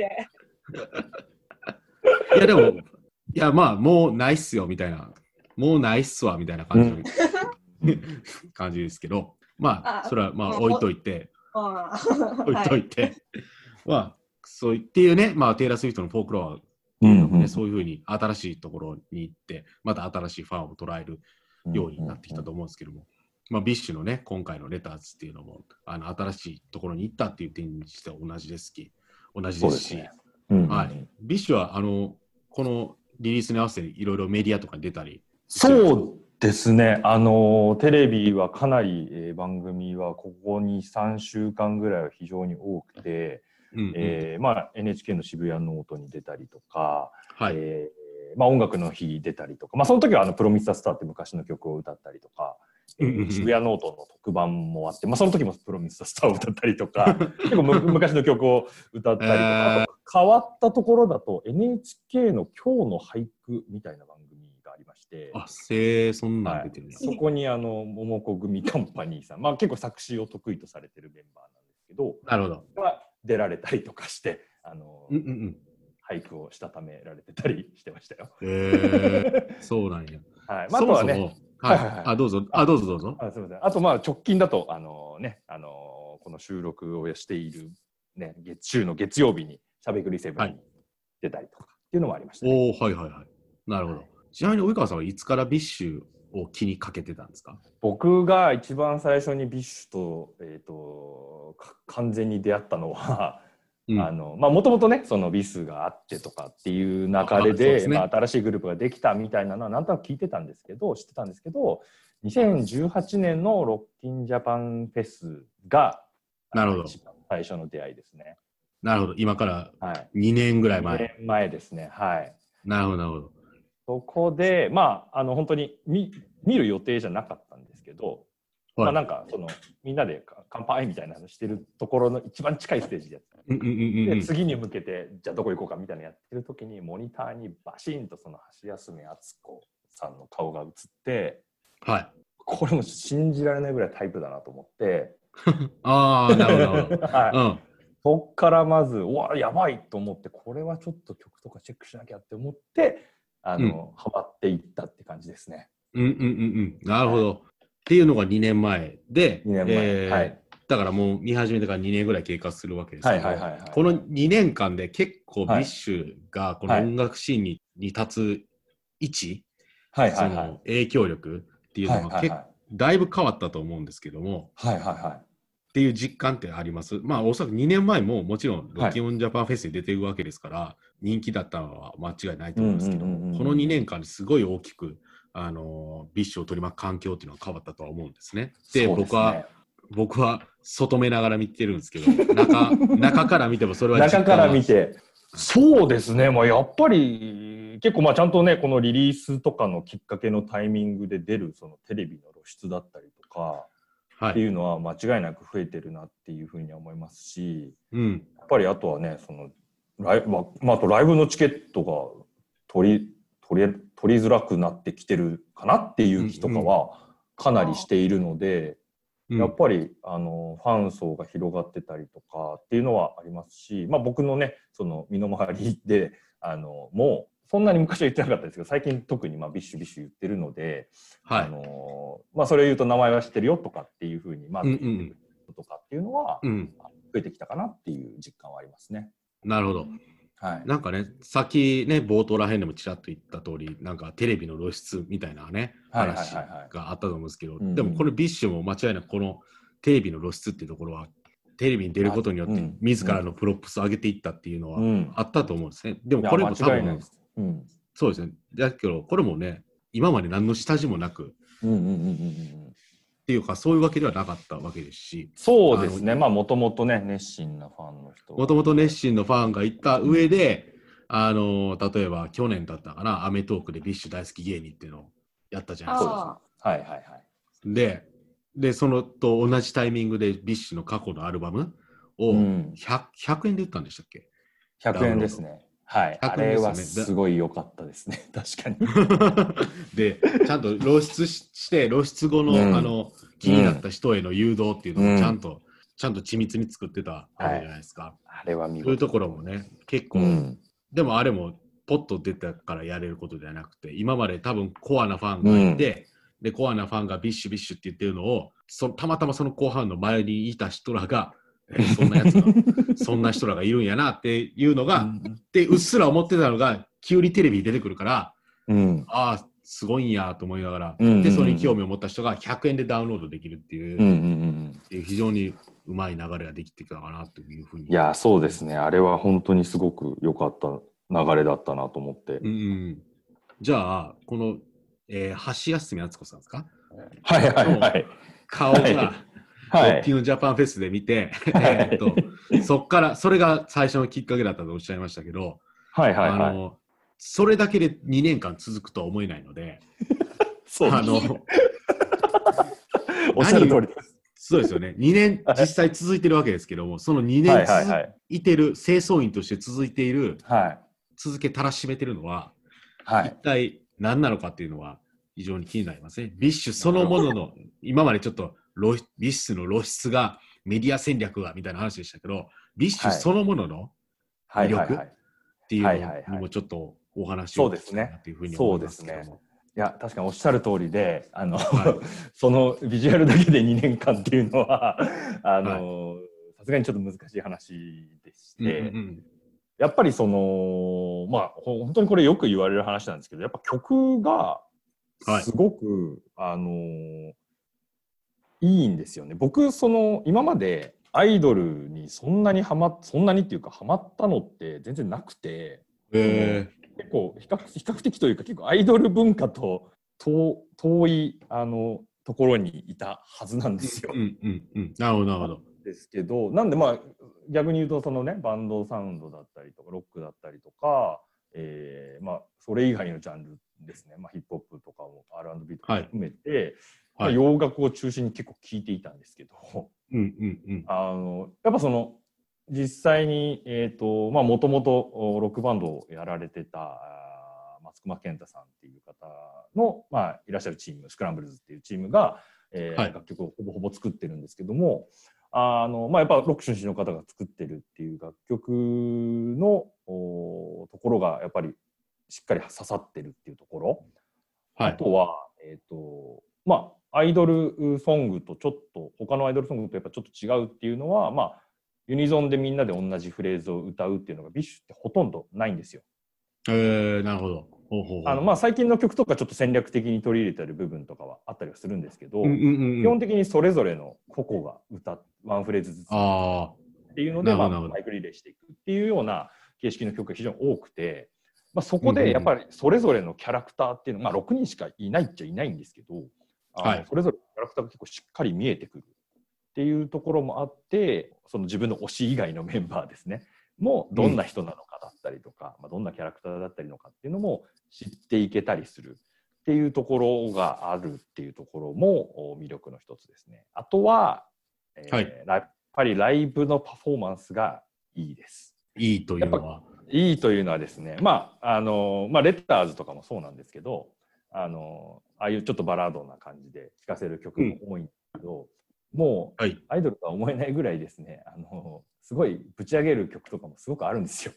いやでも、もうないっすよみたいな、もうないっすわみたいな感じ感じですけど、それは置いといて、そうっていうね、テイラー・スウィフトのフォークロアっていうのもね、そういうふうに新しいところに行って、また新しいファンを捉えるようになってきたと思うんですけども、ビッシュのね、今回のレターズっていうのも、新しいところに行ったっていう点にしては同じですし、ビッシュはこのリリースに合わせていろいろメディアとかに出たり。 そうですね。テレビはかなり、番組はここに3週間ぐらいは非常に多くて、NHK の渋谷ノートに出たりとか、音楽の日出たりとか、その時はプロミスタースターって昔の曲を歌ったりとか、渋谷ノートの特番もあって、その時もプロミスタースターを歌ったりとか、結構昔の曲を歌ったりとか、あと変わったところだと NHK の今日の俳句みたいな番組がありままして、 そんなん出てるんや。 そこに桃子組カンパニーさん、まあ結構作詞を得意とされてるメンバーなんですけど、 なるほど。 が出られたりとかして、俳句をしたためられてたりしてましたよ。 そうなんや。 はい。まあ、あとはね、 どうぞ。すみません。あとまあ直近だとこの収録をしているね週の月曜日にしゃべくり7に出たりとかっていうのもありましたね。 なるほど。ちなみに及川さんはいつからビッシュを気にかけてたんですか？ 僕が一番最初にビッシュと完全に出会ったのは。もともとねそのビスがあってとかっていう流れで、新しいグループができたみたいなのはなんとなく知ってたんですけど2018年のロッキンジャパンフェスが一番最初の出会いですね。 なるほど。今から2年ぐらい前。 2年前ですね。はい。 なるほど。 そこで本当に見る予定じゃなかったんですけど、なんかみんなで乾杯みたいなのしてるところの一番近いステージでやってで次に向けてじゃあどこ行こうかみたいなのやってる時にモニターにバシンとその橋休敦子さんの顔が映って、これも信じられないぐらいタイプだなと思ってなるほど、 そっからまずうわやばいと思ってこれはちょっと曲とかチェックしなきゃって思ってハマっていったって感じですね。 なるほど。っていうのが2年前で、 前だからもう見始めてから2年ぐらい経過するわけですけど、この2年間で結構ビッシュがこの音楽シーンに立つ位置、その影響力っていうのがだいぶ変わったと思うんですけども、っていう実感ってあります？まあおそらく2年前ももちろんロッキンオンジャパンフェスに出てるわけですから人気だったのは間違いないと思うんですけども、この2年間ですごい大きくビッシュを取り巻く環境っていうのは変わったとは思うんですね。で、僕は外目ながら見てるんですけど、中から見てもそれは中から見て、そうですね。やっぱり結構ちゃんとねこのリリースとかのきっかけのタイミングで出るそのテレビの露出だったりとかっていうのは間違いなく増えてるなっていうふうには思いますし、やっぱりあとはねそのあとライブのチケットが取りづらくなってきてるかなっていう気とかはかなりしているので、やっぱりファン層が広がってたりとかっていうのはありますし、僕のねその身の回りでもうそんなに昔は言ってなかったですけど最近特にビッシュ言ってるので、それを言うと名前は知ってるよとかっていうふうに言ってくるとかっていうのは増えてきたかなっていう実感はありますね。 なるほど。なんかね、さっきね、冒頭らへんでもちらっと言った通り、なんかテレビの露出みたいなね、話があったと思うんですけど、でもこのビッシュも間違いなくこのテレビの露出っていうところは、テレビに出ることによって自らのプロップスを上げていったっていうのはあったと思うんですね。でもこれも多分、そうですね。だけど、これもね、今まで何の下地もなく、っていうかそういうわけではなかったわけですし、 そうですね。もともとね熱心なファンの人、 もともと熱心なファンがいた上で、例えば去年だったかな、アメトークでビッシュ大好き芸人っていうのをやったじゃないですか。でそのと同じタイミングでビッシュの過去のアルバムを 100円で売ったんでしたっけ ？100円ですね。あれはすごい良かったですね。確かに。 で、ちゃんと露出して、露出後の、気になった人への誘導っていうのをちゃんと緻密に作ってたわけじゃないですか。 あれは見事。 そういうところもね、結構、でもあれもポッと出たからやれることではなくて、今まで多分コアなファンがいて、で、コアなファンがビッシュって言ってるのを、たまたまその後半の前にいた人らが、そんな人らがいるんやなっていうのが、でうっすら思ってたのが急にテレビに出てくるから、ああすごいんやと思いながら、でそれに興味を持った人が100円でダウンロードできるっていう、非常にうまい流れができてきたかなというふうに。 いやそうですね。あれは本当にすごく良かった流れだったなと思って。 じゃあこの、橋休敦子さんですか？顔がロッキンジャパンフェスで見て、そっからそれが最初のきっかけだったとおっしゃいましたけど、それだけで2年間続くとは思えないので、 おっしゃる通りです。 そうですよね。2年実際続いてるわけですけども、その2年続いてる清掃員として続いている、続けたらしめてるのは、一体何なのかっていうのは非常に気になりますね。ビッシュそのものの、今までちょっとビッシュの露出がメディア戦略がみたいな話でしたけど、ビッシュそのものの魅力っていうのにもちょっとお話を聞きたいなというふうに思いますけども。 そうですね。いや、確かにおっしゃる通りで、そのビジュアルだけで2年間っていうのは、さすがにちょっと難しい話でして、やっぱりその、まあ、本当にこれよく言われる話なんですけど、やっぱ曲がすごく、いいんですよね。僕、今までアイドルにそんなにっていうか、ハマったのって全然なくて、結構比較的というか結構アイドル文化と遠いところにいたはずなんですよ。 なるほどなるほど。 ですけど、なんでまあ逆に言うとそのねバンドサウンドだったりとかロックだったりとか、まあそれ以外のジャンルですね、まあ、ヒップホップとかも R&B とか含めて、まあ、洋楽を中心に結構聴いていたんですけど、やっぱその実際にまあもともとロックバンドをやられてた松隈健太さんっていう方の、まあ、いらっしゃるチームスクランブルズっていうチームが、楽曲をほぼほぼ作ってるんですけども、まあ、やっぱロック出身の方が作ってるっていう楽曲のところがやっぱりしっかり刺さってるっていうところ、あとはまあアイドルソングとちょっと他のアイドルソングとやっぱちょっと違うっていうのは、まあユニゾンでみんなで同じフレーズを歌うっていうのがビッシュってほとんどないんですよ。 なるほど。 まあ最近の曲とかちょっと戦略的に取り入れてる部分とかはあったりはするんですけど、基本的にそれぞれの個々がワンフレーズずつっていうので、まあ、マイクリレーしていくっていうような形式の曲が非常に多くて、まあ、そこでやっぱりそれぞれのキャラクターっていうのは、まあ、6人しかいないっちゃいないんですけど、それぞれのキャラクターが結構しっかり見えてくるっていうところもあって、その自分の推し以外のメンバーですねもどんな人なのかだったりとか、まあ、どんなキャラクターだったりのかっていうのも知っていけたりするっていうところがあるっていうところも魅力の一つですね。あとは、やっぱりライブのパフォーマンスがいいです。 いいというのは？ いいというのはですね、まあまあ、レッターズとかもそうなんですけど、ああいうちょっとバラードな感じで聴かせる曲も多いんですけど、もうアイドルとは思えないぐらいですね、すごいぶち上げる曲とかもすごくあるんですよ。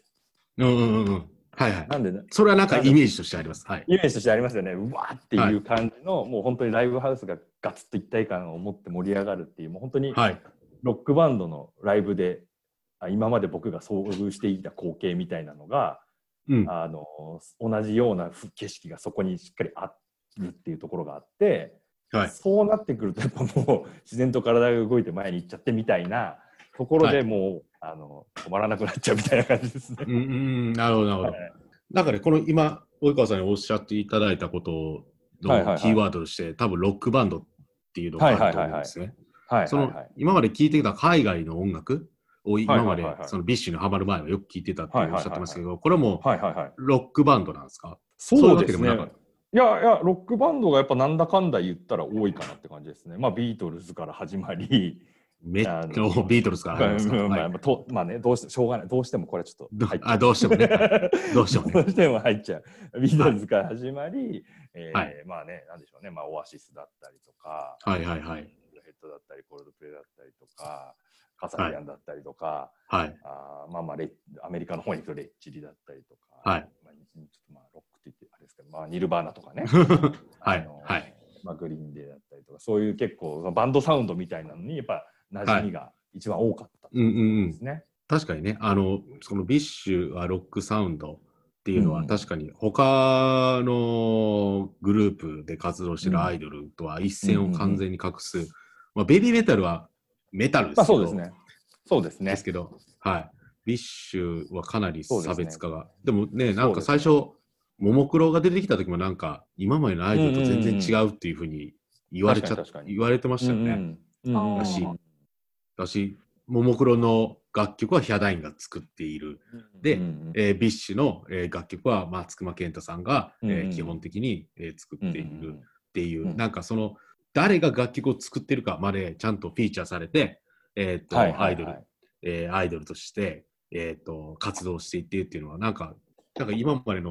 なんでそれはなんかイメージとしてあります。 イメージとしてありますよね。うわーっていう感じの、もう本当にライブハウスがガツッと一体感を持って盛り上がるっていう、もう本当にロックバンドのライブで、今まで僕が遭遇していた光景みたいなのが、同じような景色がそこにしっかりあるっていうところがあって、そうなってくるとやっぱもう自然と体が動いて前に行っちゃってみたいなところでもう、止まらなくなっちゃうみたいな感じですね。 なるほどなるほど。なんかね、この今及川さんにおっしゃっていただいたことのキーワードとして、多分ロックバンドっていうのがあると思うんですね。今まで聴いてきた海外の音楽を今までそのビッシュにハマる前はよく聴いてたっておっしゃってましたけど、これもロックバンドなんですか？ そうですね。いやロックバンドがやっぱなんだかんだ言ったら多いかなって感じですね。まあビートルズから始まり、 ビートルズから始まりますか？ まあね、しょうがない。どうしてもこれちょっと入っちゃう。 どうしてもね。どうしても入っちゃう。ビートルズから始まり、まあね、なんでしょうね。まあオアシスだったりとか、ヘッドだったり、コールドプレイだったりとか、カサビアンだったりとか、まあアメリカの方に行くとレッチリだったりとか、ちょっとまあロックって言ってあれですけど、まあニルバーナとかね。まあグリーンデーだったりとか、そういう結構バンドサウンドみたいなのにやっぱ馴染みが一番多かったですね。 確かにね、そのビッシュはロックサウンドっていうのは確かに他のグループで活動してるアイドルとは一線を完全に画す。まあベビーメタルはメタルですけど、 そうですね。 ですけど、ビッシュはかなり差別化が。でもね、なんか最初、ももクロが出てきた時もなんか今までのアイドルと全然違うっていうふうに言われてましたよね。だし、ももクロの楽曲はヒャダインが作っている。で、ビッシュの楽曲は松隈健太さんが基本的に作っているっていう、なんかその誰が楽曲を作ってるかまでちゃんとフィーチャーされて、アイドルとして活動していってっていうのはなんか今までの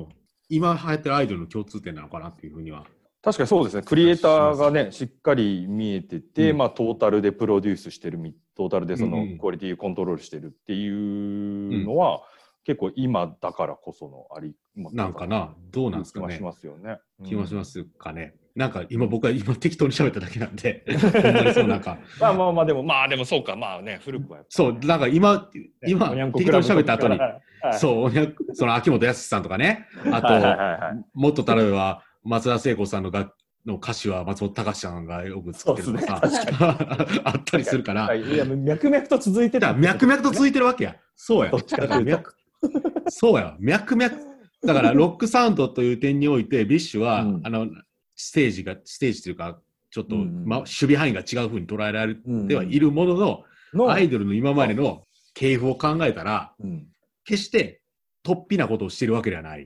今流行ってるアイドルの共通点なのかなっていうふうには。 確かにそうですね。クリエイターがね、しっかり見えてて、まあトータルでプロデュースしてる、トータルでそのクオリティコントロールしてるっていうのは、結構今だからこそのなんかな、どうなんですかね。 気がしますよね。 気がしますかね。なんか僕は今適当に喋っただけなんで、ほんまにそうなんか。 まあでもそうか、まあね、古くはやっぱ、 そう、なんか今適当に喋った後に、そう、その秋元康さんとかね、あと、もっと例えば松田聖子さんの歌詞は松本隆さんがよく作ってるとかさ、あったりするから。 いや、脈々と続いてた。 脈々と続いてるわけや。そうや。そうや。脈々。だから、ロックサウンドという点において、ビッシュは、ステージというか、ちょっと、守備範囲が違う風に捉えられてはいるものの、アイドルの今までの系譜を考えたら、決して突飛なことをしているわけではない。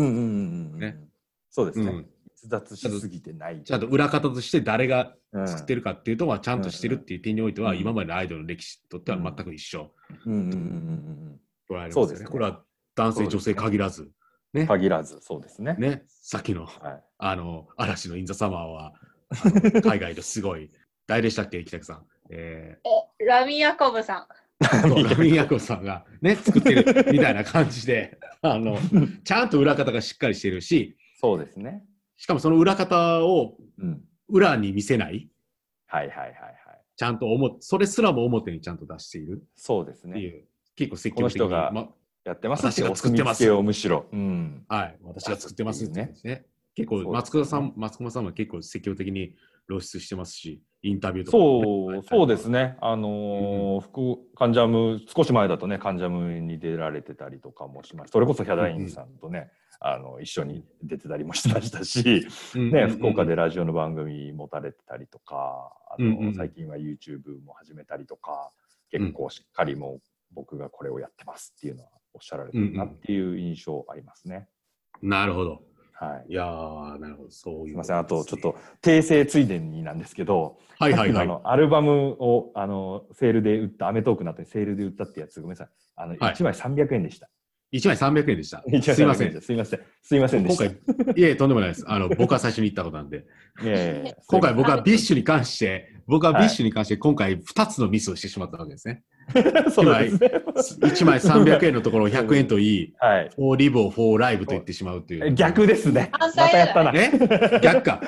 そうですね。逸脱しすぎてない。 ちゃんと裏方として誰が作ってるかっていうと、ちゃんとしてるっていう点においては、今までのアイドルの歴史にとっては全く一緒。捉えるんですよね。これは男性、女性限らず。 限らず、そうですね。 ね、さっきの、嵐のインザサマーは、海外ですごい、誰でしたっけ、北木さん。 ラミヤコブさん。 ラミヤコブさんがね、作ってるみたいな感じで、ちゃんと裏方がしっかりしてるし、 そうですね。 しかもその裏方を裏に見せない。ちゃんとそれすらも表にちゃんと出している。 そうですね。 結構積極的に。 やってます。 私が作ってます。 むしろ。 はい。私が作ってますってね。結構、松隈さんは結構積極的に露出してますし、インタビューとか。 そうですね。カンジャム、少し前だとね、カンジャムに出られてたりとかもしました。それこそヒャダインさんとね、一緒に出てたりもしましたし、ね、福岡でラジオの番組持たれてたりとか、最近は YouTube も始めたりとか、結構しっかりもう僕がこれをやってますっていうのはおっしゃられてるなっていう印象ありますね。 なるほど。 はい。 いやー、なるほど。そういう。 すみません。あと、ちょっと、訂正ついでになんですけど、アルバムを、セールで売った、アメトークの後にセールで売ったってやつ、ごめんなさい。1枚300円でした。 1枚300円でした。 すいません。すいませんでした。 今回、いえ、とんでもないです。僕は最初に言ったことなんで。今回僕はビッシュに関して、今回2つのミスをしてしまったわけですね。 そうですね。 1枚300円のところを100円と言い、4リブを4ライブと言ってしまうという。 逆ですね。またやったな。 逆か。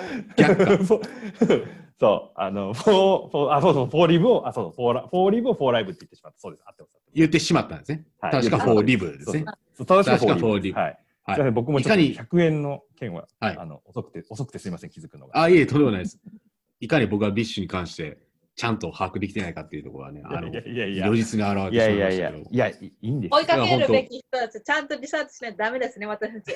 そう、4リブを、4リブを4ライブって言ってしまった。そうです。 言ってしまったんですね。確か4リブですね。 正しく4リブ。 はい。 僕もちょっと100円の件は、遅くてすいません、気づくのが。 いえ、とんでもないです。いかに僕はビッシュに関して、ちゃんと把握できてないかっていうところはね、如実に現れてしまいましたけど。 いや、いいんです。 追いかけるべき人たち、ちゃんとリサーチしないとダメですね、私たち。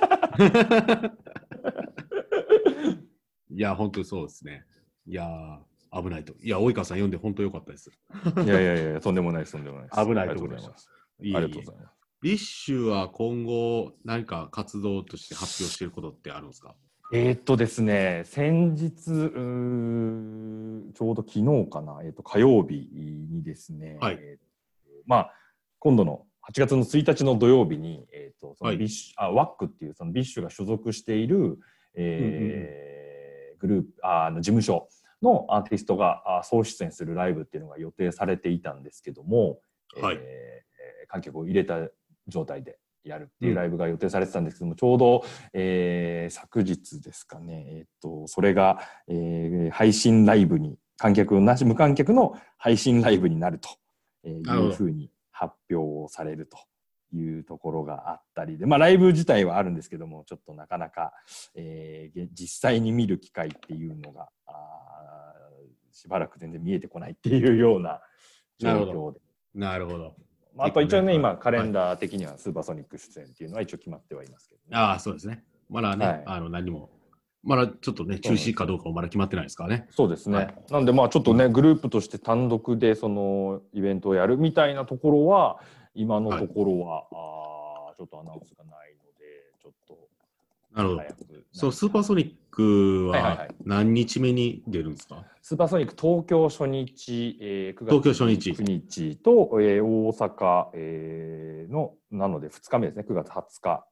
いや、本当にそうですね。いや危ないと。いや、及川さん読んで本当良かったです。 いや、とんでもないです、とんでもないです。 危ないと思います。 ありがとうございます。 ビッシュは今後、何か活動として発表していることってあるんですか？ ですね、先日、ちょうど昨日かな、火曜日にですね、今度の8月の1日の土曜日に、そのビッシュ、ワックっていうそのビッシュが所属している、グループ、事務所のアーティストが総出演するライブっていうのが予定されていたんですけども、観客を入れた状態でやるっていうライブが予定されてたんですけども、ちょうど、昨日ですかね、それが、配信ライブに、観客なし無観客の配信ライブになるというふうに発表されるというところがあったりで、ライブ自体はあるんですけども、ちょっとなかなか、実際に見る機会っていうのがしばらく全然見えてこないっていうような状況で。 なるほど。 あと一応ね、今カレンダー的にはスーパーソニック出演っていうのは一応決まってはいますけどね。 そうですね。まだね、何も、まだちょっとね、中止かどうかもまだ決まってないですからね。 そうですね。なんでちょっとね、グループとして単独でそのイベントをやるみたいなところは、今のところは、ちょっとアナウンスがないので、ちょっと。 なるほど。そう、スーパーソニックは何日目に出るんですか？ スーパーソニック東京初日、9 月 9日と、大阪、なので2日目ですね、9月20日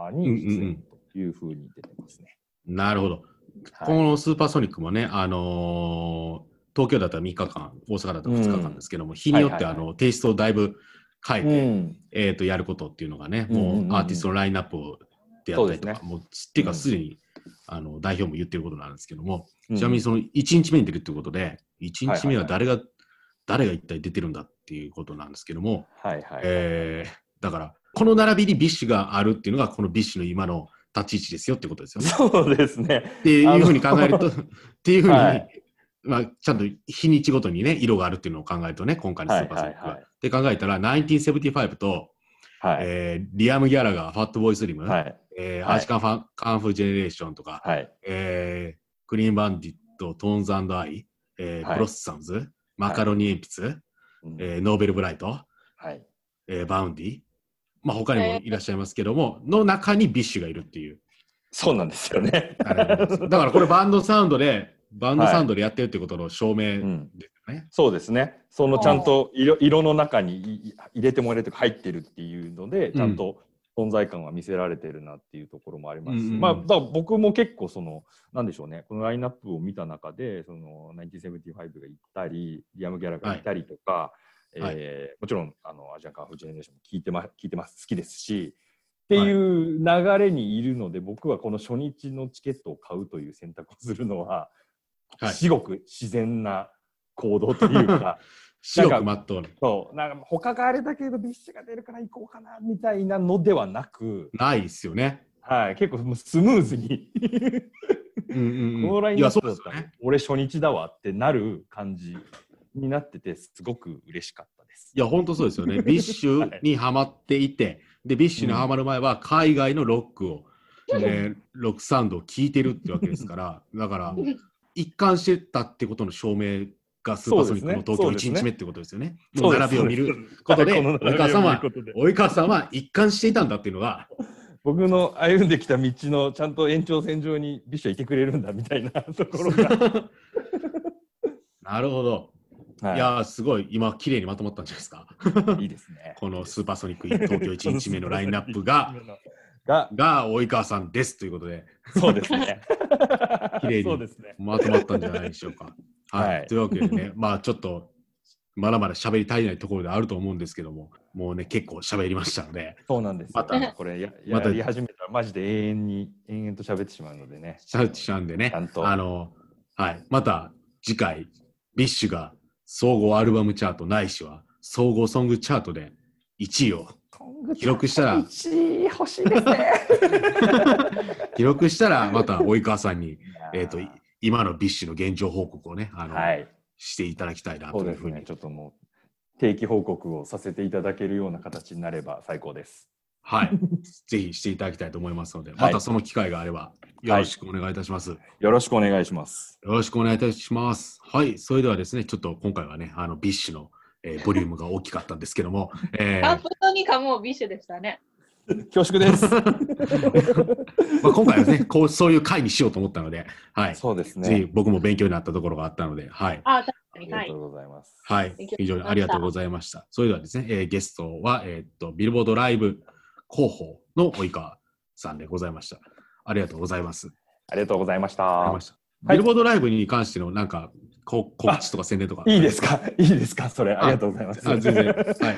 に出演というふうに出てますね。 なるほど。このスーパーソニックもね、東京だったら3日間、大阪だったら2日間ですけども、日によってテイストをだいぶ変えて、やることっていうのがね、もうアーティストのラインナップでやったりとか、もうっていうかすでに代表も言ってることなんですけども、ちなみにその1日目に出るっていうことで、1日目は誰が一体出てるんだっていうことなんですけども、だから、この並びにビッシュがあるっていうのが、このビッシュの今の立ち位置ですよってことですよね。 そうですね。 っていうふうに考えると、っていうふうに、まあ、ちゃんと日にちごとにね、色があるっていうのを考えるとね、今回のスーパーソニックは。って考えたら、1975と、リアム・ギャラガー、ファットボーイ・スリム、アーチカンフー・ジェネレーションとか、クリーン・バンディット、トーンズ&アイ、ブロッサムズ、マカロニ鉛筆、ノーベル・ブライト、バウンディ、まあ他にもいらっしゃいますけども、の中にビッシュがいるっていう。 そうなんですよね。 だからこれバンドサウンドでやってるってことの証明ですよね。 そうですね。そのちゃんと色の中に入れてもらえるとか入ってるっていうので、ちゃんと存在感は見せられてるなっていうところもありますし、まあだから僕も結構なんでしょうね、このラインナップを見た中で、1975がいたり、リアム・ギャラがいたりとか、もちろんアジアンカンフージェネレーションも聞いてます、好きですしっていう流れにいるので、僕はこの初日のチケットを買うという選択をするのは、すごく自然な行動というか至極まっとうな。 そうなんか他があれだけどビッシュが出るから行こうかなみたいなのではなく、 ないですよね。 結構スムーズにこのラインナップだったら俺初日だわってなる感じになってて、すごく嬉しかったです。 いや、本当そうですよね。ビッシュにハマっていて、で、ビッシュにハマる前は海外のロックを、ロックサウンドを聴いてるってわけですから、だから、一貫してたってことの証明がスーパーソニックの東京1日目ってことですよね。もう並びを見ることで、及川さんは一貫していたんだっていうのが、 僕の歩んできた道のちゃんと延長線上にビッシュはいてくれるんだみたいなところが。 なるほど。いやー、すごい今綺麗にまとまったんじゃないですか。 いいですね。 このスーパーソニック東京1日目のラインナップが及川さんですということで、 そうですね。 綺麗にまとまったんじゃないでしょうか。というわけでね、まあちょっとまだまだ喋り足りないところであると思うんですけども、もうね結構喋りましたので、 そうなんです。またこれやり始めたらマジで延々と喋ってしまうのでね。 喋ってしまうんでね、また次回ビッシュが総合アルバムチャートないしは総合ソングチャートで1位を記録したら 1位欲しいですね。 記録したらまた及川さんに今のビッシュの現状報告をねしていただきたいなというふうに、 ちょっともう定期報告をさせていただけるような形になれば最高です。 ぜひしていただきたいと思いますので、またその機会があればよろしくお願いいたします。 よろしくお願いします。 よろしくお願いいたします。それではですね、ちょっと今回はね、ビッシュの、ボリュームが大きかったんですけども、 本当にかもビッシュでしたね。 恐縮です。 今回はね、そういう回にしようと思ったので、 そうですね。 ぜひ僕も勉強になったところがあったので、 確かに。 ありがとうございます。 非常にありがとうございました。それではですね、ゲストは、ビルボードライブ広報の及川さんでございました。ありがとうございます。 ありがとうございました。 ビルボードライブに関してのなんか告知とか宣伝とか。 いいですかそれ。ありがとうございます。 全然。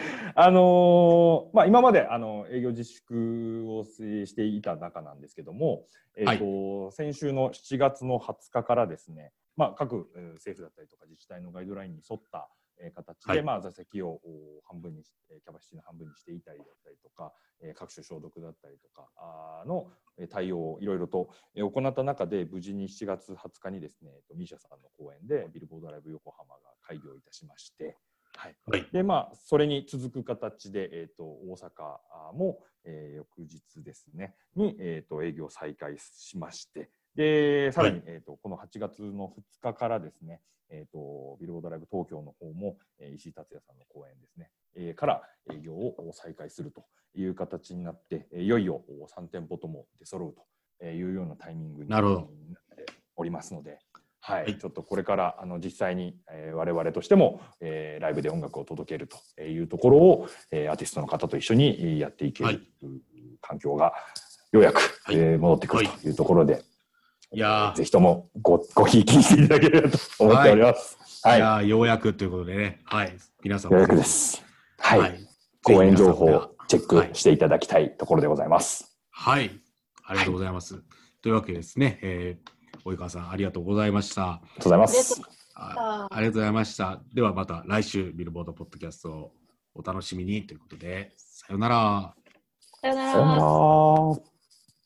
今まで営業自粛をしていた中なんですけども、先週の7月の20日からですね、各政府だったりとか自治体のガイドラインに沿った形で、座席を半分にして、キャパシティの半分にしていたりだったりとか、各種消毒だったりとかの対応をいろいろと行った中で、無事に7月20日にですね、ミーシャさんの公演でビルボードライブ横浜が開業いたしまして、でそれに続く形で、大阪も、翌日ですねに、営業再開しまして、でさらに、この8月の2日からですね、ビルボードライブ東京の方も、石井達也さんの公演ですね、から営業を再開するという形になって、いよいよ3店舗とも出揃うというようなタイミングになっておりますので、ちょっとこれから実際に、我々としても、ライブで音楽を届けるというところを、アーティストの方と一緒にやっていける環境がようやく、戻ってくるというところで、 いやぜひともごひいきにしていただければと思っております。 はい。いやようやくということでね、はい。皆さんもようやくです。はい。公演情報をチェックしていただきたいところでございます。 はい。ありがとうございます。というわけでですね、及川さんありがとうござようございます。 ありがとうございました。ではまた来週ビルボードポッドキャストをお楽しみにということで、さよなら。 さよなら。